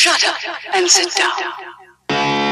Shut up and sit down.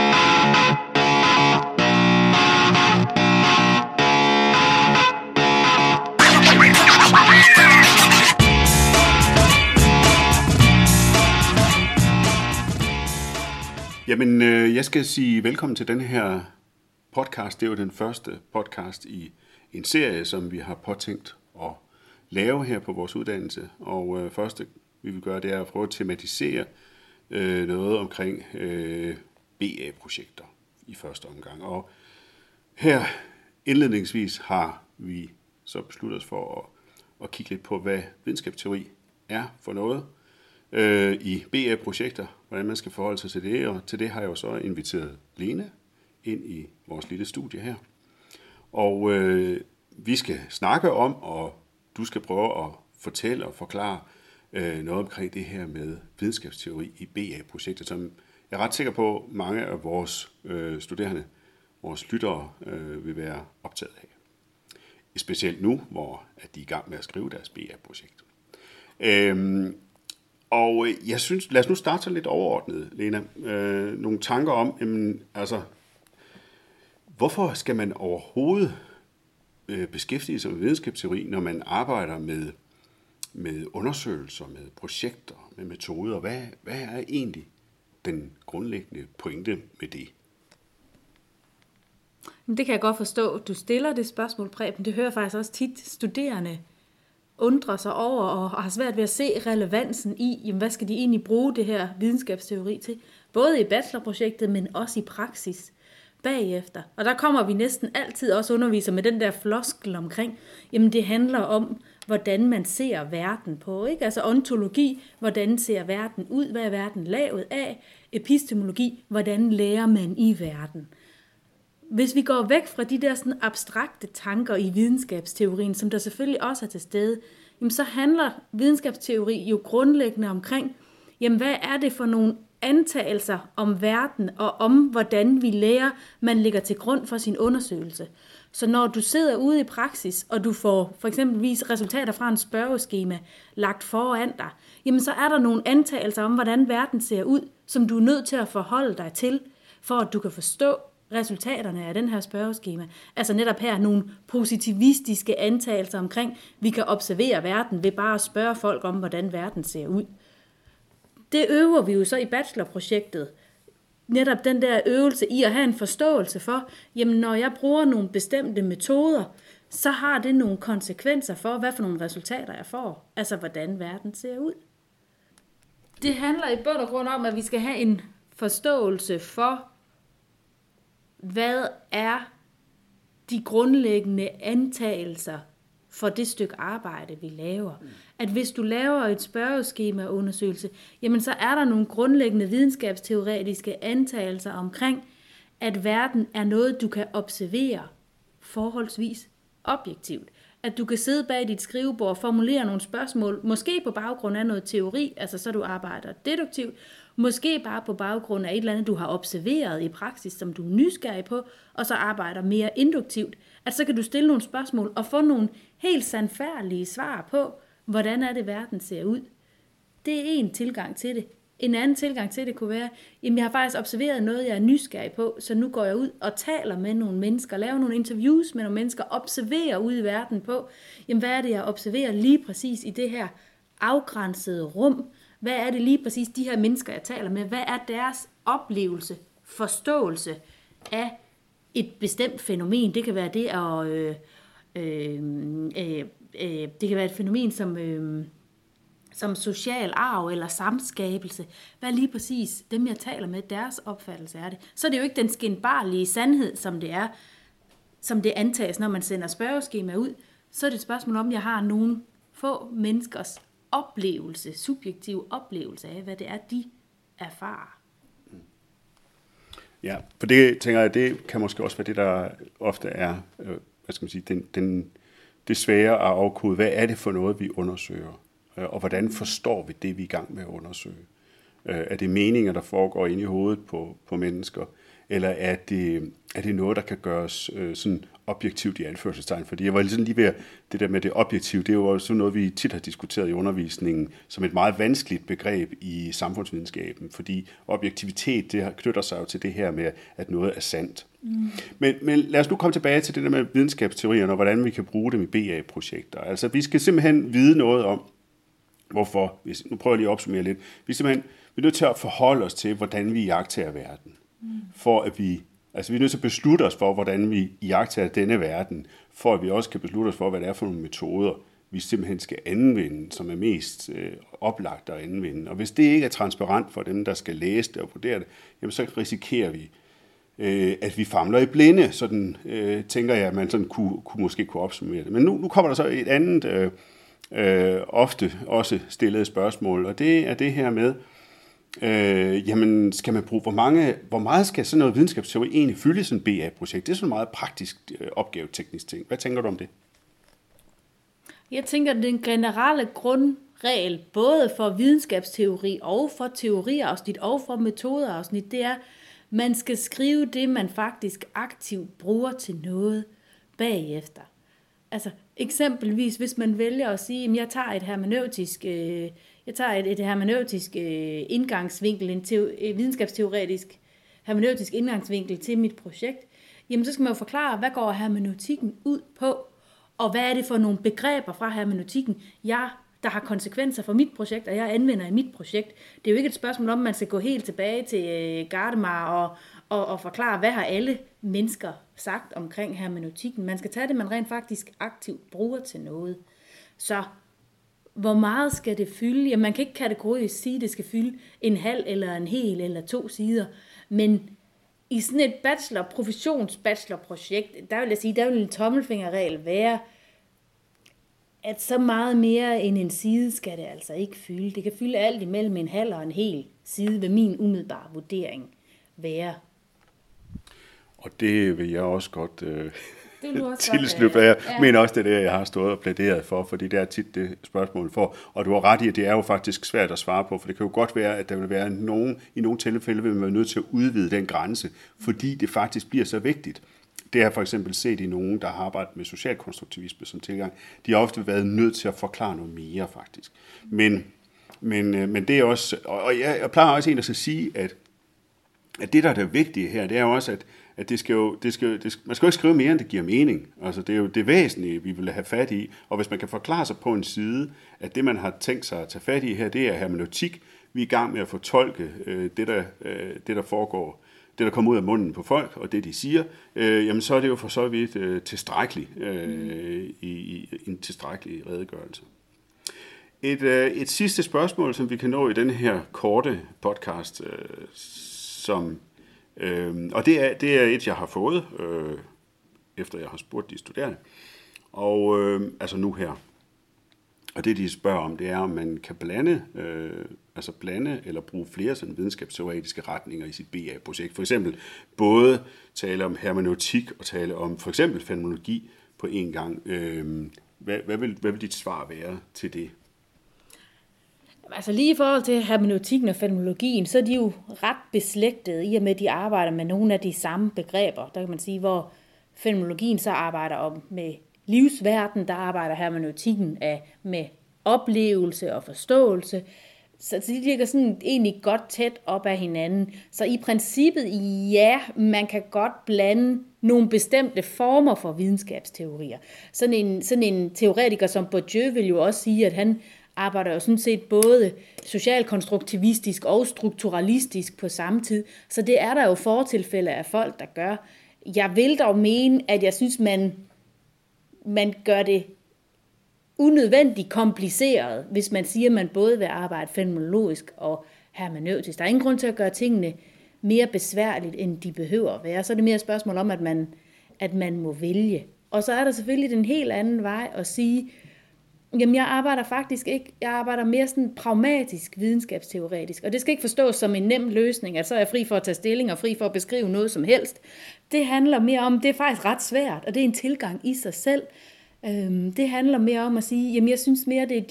Jamen, jeg skal sige velkommen til denne her podcast. Det er jo den første podcast i en serie, som vi har påtænkt at lave her på vores uddannelse. Og første, vi vil gøre, det er at prøve at tematisere noget omkring BA-projekter i første omgang. Og her indledningsvis har vi så besluttet os for at kigge lidt på, hvad videnskabsteori er for noget i BA-projekter, hvordan man skal forholde sig til det, og til det har jeg jo så inviteret Lene ind i vores lille studie her. Og vi skal snakke om, og du skal prøve at fortælle og forklare noget omkring det her med videnskabsteori i BA-projekter, som jeg er ret sikker på, at mange af vores studerende, vores lyttere vil være optaget af. Specielt nu, hvor at de er i gang med at skrive deres BA-projekt. Og jeg synes, lad os nu starte så lidt overordnet, Lena. Nogle tanker om, hvorfor skal man overhovedet beskæftige sig med videnskabsteori, når man arbejder med undersøgelser, med projekter, med metoder? Hvad er egentlig den grundlæggende pointe med det? Det kan jeg godt forstå. Du stiller det spørgsmål, Preben. Det hører faktisk også tit studerende undrer sig over og har svært ved at se relevansen i, jamen, hvad skal de egentlig bruge det her videnskabsteori til? Både i bachelorprojektet, men også i praksis bagefter. Og der kommer vi næsten altid også underviser med den der floskel omkring, jamen det handler om, hvordan man ser verden på, ikke? Altså ontologi, hvordan ser verden ud, hvad er verden lavet af? Epistemologi, hvordan lærer man i verden? Hvis vi går væk fra de der sådan abstrakte tanker i videnskabsteorien, som der selvfølgelig også er til stede, jamen så handler videnskabsteori jo grundlæggende omkring, jamen hvad er det for nogle antagelser om verden og om, hvordan vi lærer, man lægger til grund for sin undersøgelse. Så når du sidder ude i praksis, og du får for eksempelvis resultater fra en spørgeskema lagt foran dig, jamen så er der nogle antagelser om, hvordan verden ser ud, som du er nødt til at forholde dig til, for at du kan forstå resultaterne af den her spørgeskema. Altså netop her nogle positivistiske antagelser omkring, vi kan observere verden ved bare at spørge folk om, hvordan verden ser ud. Det øver vi jo så i bachelorprojektet. Netop den der øvelse i at have en forståelse for, jamen når jeg bruger nogle bestemte metoder, så har det nogle konsekvenser for, hvad for nogle resultater jeg får. Altså hvordan verden ser ud. Det handler i bund og grund om, at vi skal have en forståelse for, hvad er de grundlæggende antagelser for det stykke arbejde, vi laver? At hvis du laver et spørgeskemaundersøgelse, jamen så er der nogle grundlæggende videnskabsteoretiske antagelser omkring, at verden er noget, du kan observere forholdsvis objektivt. At du kan sidde bag dit skrivebord og formulere nogle spørgsmål, måske på baggrund af noget teori, altså så du arbejder deduktivt, måske bare på baggrund af et eller andet, du har observeret i praksis, som du er nysgerrig på, og så arbejder mere induktivt. At så kan du stille nogle spørgsmål og få nogle helt sandfærdige svar på, hvordan er det, verden ser ud. Det er en tilgang til det. En anden tilgang til det kunne være, jamen jeg har faktisk observeret noget, jeg er nysgerrig på, så nu går jeg ud og taler med nogle mennesker, laver nogle interviews med nogle mennesker, observerer ude i verden på, jamen hvad er det, jeg observerer lige præcis i det her afgrænsede rum? Hvad er det lige præcis de her mennesker, jeg taler med? Hvad er deres oplevelse, forståelse af et bestemt fænomen? Det kan være det det kan være et fænomen som social arv eller samskabelse. Hvad er lige præcis dem, jeg taler med, deres opfattelse er det? Så er det jo ikke den skinbarlige sandhed, som det antages, når man sender spørgeskema ud. Så er det et spørgsmål om, jeg har nogle få menneskers oplevelse, subjektiv oplevelse af, hvad det er, de erfarer. Ja, for det tænker jeg, det kan måske også være det, der ofte er, det svære at afkode. Hvad er det for noget, vi undersøger? Og hvordan forstår vi det, vi er i gang med at undersøge? Er det meninger, der foregår inde i hovedet på mennesker? Eller er det noget, der kan gøres sådan objektivt i anførselstegn? Fordi jeg var sådan lige ved det der med det objektive, det er jo også noget, vi tit har diskuteret i undervisningen som et meget vanskeligt begreb i samfundsvidenskaben, fordi objektivitet, det knytter sig jo til det her med, at noget er sandt. Men lad os nu komme tilbage til det der med videnskabsteorierne, og hvordan vi kan bruge dem i BA-projekter. Altså, vi skal simpelthen vide noget om, hvorfor, nu prøver jeg lige at opsummere lidt, vi er nødt til at forholde os til, hvordan vi iagttager verden. For at vi er nødt til at beslutte os for, hvordan vi iagttager denne verden, for at vi også kan beslutte os for, hvad det er for nogle metoder, vi simpelthen skal anvende, som er mest oplagt at anvende. Og hvis det ikke er transparent for dem, der skal læse det og vurdere det, jamen så risikerer vi, at vi famler i blinde. Sådan tænker jeg, at man sådan måske kunne opsummere det. Men nu kommer der så et andet, ofte også stillet spørgsmål, og det er det her med, jamen skal man bruge, hvor meget skal sådan noget videnskabsteori egentlig fylde sådan et BA-projekt? Det er sådan en meget praktisk opgaveteknisk ting. Hvad tænker du om det? Jeg tænker, at den generelle grundregel, både for videnskabsteori og for teoriafsnit og for metodeafsnit, det er, man skal skrive det, man faktisk aktivt bruger til noget bagefter. Altså eksempelvis, hvis man vælger at sige, at jeg tager et hermeneutisk indgangsvinkel, en videnskabsteoretisk hermeneutisk indgangsvinkel til mit projekt, jamen så skal man jo forklare, hvad går hermeneutikken ud på, og hvad er det for nogle begreber fra hermeneutikken, der har konsekvenser for mit projekt, og jeg anvender i mit projekt. Det er jo ikke et spørgsmål om, man skal gå helt tilbage til Gardemar og forklare, hvad har alle mennesker sagt omkring hermeneutikken. Man skal tage det, man rent faktisk aktivt bruger til noget. Så hvor meget skal det fylde? Jamen, man kan ikke kategorisk sige, at det skal fylde en halv eller en hel eller 2 sider, men i sådan et professionsbachelorprojekt, der vil jeg sige, der vil en tommelfingerregel være, at så meget mere end en side skal det altså ikke fylde. Det kan fylde alt imellem en halv og en hel side, ved min umiddelbare vurdering være. Og det vil jeg også godt tilslutte. Jeg mener også, det er det, jeg har stået og plæderet for, fordi det er tit det spørgsmål for. Og du har ret i, at det er jo faktisk svært at svare på, for det kan jo godt være, at der vil være i nogle tilfælde, vil man være nødt til at udvide den grænse, fordi det faktisk bliver så vigtigt. Det har jeg for eksempel set i nogen, der har arbejdet med socialkonstruktivisme som tilgang. De har ofte været nødt til at forklare noget mere, faktisk. Men det er også, og jeg plejer også en at sige, at det, der er det vigtige her, det er jo også, at man skal jo ikke skrive mere, end det giver mening. Altså, det er jo det væsentlige, vi vil have fat i. Og hvis man kan forklare sig på en side, at det, man har tænkt sig at tage fat i her, det er hermeneutik. Vi er i gang med at fortolke det, der foregår, det, der kommer ud af munden på folk, og det, de siger, jamen så er det jo for så vidt tilstrækkeligt i en tilstrækkelig redegørelse. Et sidste spørgsmål, som vi kan nå i den her korte podcast, og det er et, jeg har fået, efter jeg har spurgt de studerende, og altså nu her. Og det, de spørger om, det er, om man kan blande eller bruge flere sådan videnskabsteoretiske retninger i sit BA-projekt. For eksempel både tale om hermeneutik og tale om for eksempel fænomenologi på en gang. Hvad vil dit svar være til det? Altså lige i forhold til hermeneutikken og fænomenologien, så er de jo ret beslægtede, i og med at de arbejder med nogle af de samme begreber. Der kan man sige, hvor fænomenologien så arbejder om med livsverden, der arbejder hermeneutikken med oplevelse og forståelse. Så de ligger sådan egentlig godt tæt op af hinanden. Så i princippet, ja, man kan godt blande nogle bestemte former for videnskabsteorier. Sådan en teoretiker som Bourdieu vil jo også sige, at han arbejder jo sådan set både socialkonstruktivistisk og strukturalistisk på samme tid. Så det er der jo fortilfælde af folk, der gør. Jeg vil dog mene, at jeg synes, man gør det unødvendigt kompliceret, hvis man siger, at man både vil arbejde fænomenologisk og hermeneutisk. Der er ingen grund til at gøre tingene mere besværligt, end de behøver at være. Så er det mere et spørgsmål om, at man må vælge. Og så er der selvfølgelig den helt anden vej at sige, jamen jeg arbejder faktisk ikke, jeg arbejder mere sådan pragmatisk videnskabsteoretisk, og det skal ikke forstås som en nem løsning, at så er jeg fri for at tage stilling og fri for at beskrive noget som helst. Det handler mere om, det er faktisk ret svært, og det er en tilgang i sig selv. Det handler mere om at sige, jamen jeg synes mere, det er de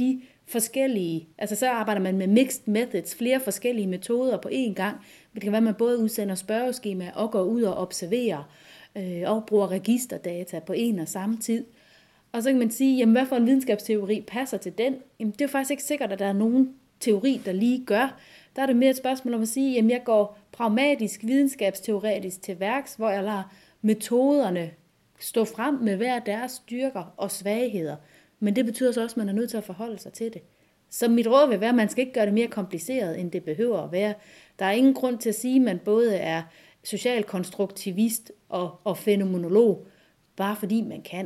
forskellige, altså så arbejder man med mixed methods, flere forskellige metoder på én gang. Det kan være, at man både udsender spørgeskemaer og går ud og observerer og bruger registerdata på en og samme tid. Og så kan man sige, jamen hvad for en videnskabsteori passer til den? Jamen det er jo faktisk ikke sikkert, at der er nogen teori, der lige gør. Der er det mere et spørgsmål om at sige, jamen jeg går pragmatisk, videnskabsteoretisk til værks, hvor jeg lader metoderne stå frem med hver deres styrker og svagheder. Men det betyder så også, at man er nødt til at forholde sig til det. Så mit råd vil være, at man skal ikke gøre det mere kompliceret, end det behøver at være. Der er ingen grund til at sige, at man både er socialkonstruktivist og fænomenolog, bare fordi man kan.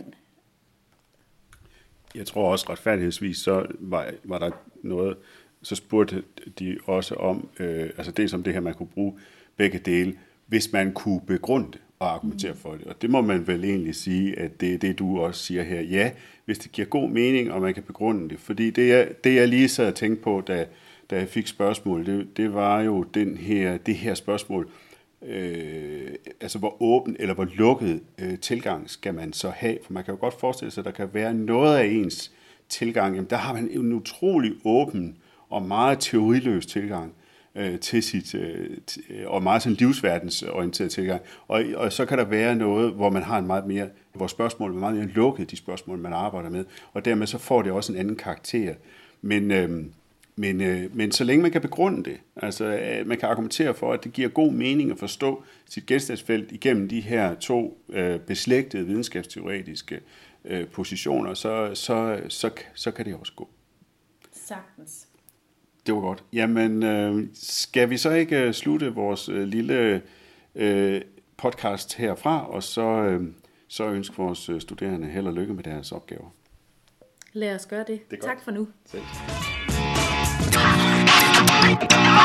Jeg tror også retfærdighedsvis, så var der noget, så spurgte de også om, altså det som det her, man kunne bruge begge dele, hvis man kunne begrunde det og argumentere for det. Og det må man vel egentlig sige, at det er det, du også siger her. Ja, hvis det giver god mening, og man kan begrunde det. Fordi det jeg lige sad og tænkte på, da jeg fik spørgsmål, det var jo det her spørgsmål, altså hvor åben eller hvor lukket tilgang skal man så have? For man kan jo godt forestille sig, at der kan være noget af ens tilgang. Jamen, der har man en utrolig åben og meget teoriløs tilgang til sit, og meget sådan livsverdensorienteret tilgang. Og så kan der være noget, hvor man har en meget mere, hvor spørgsmål er meget mere lukket, de spørgsmål, man arbejder med, og dermed så får det også en anden karakter. Men så længe man kan begrunde det, altså man kan argumentere for, at det giver god mening at forstå sit genstandsfelt igennem de her to beslægtede videnskabsteoretiske positioner, så kan det også gå. Sagtens. Det var godt. Jamen, skal vi så ikke slutte vores lille podcast herfra, og så ønske vores studerende held og lykke med deres opgaver. Lad os gøre det. Tak for nu. Selv.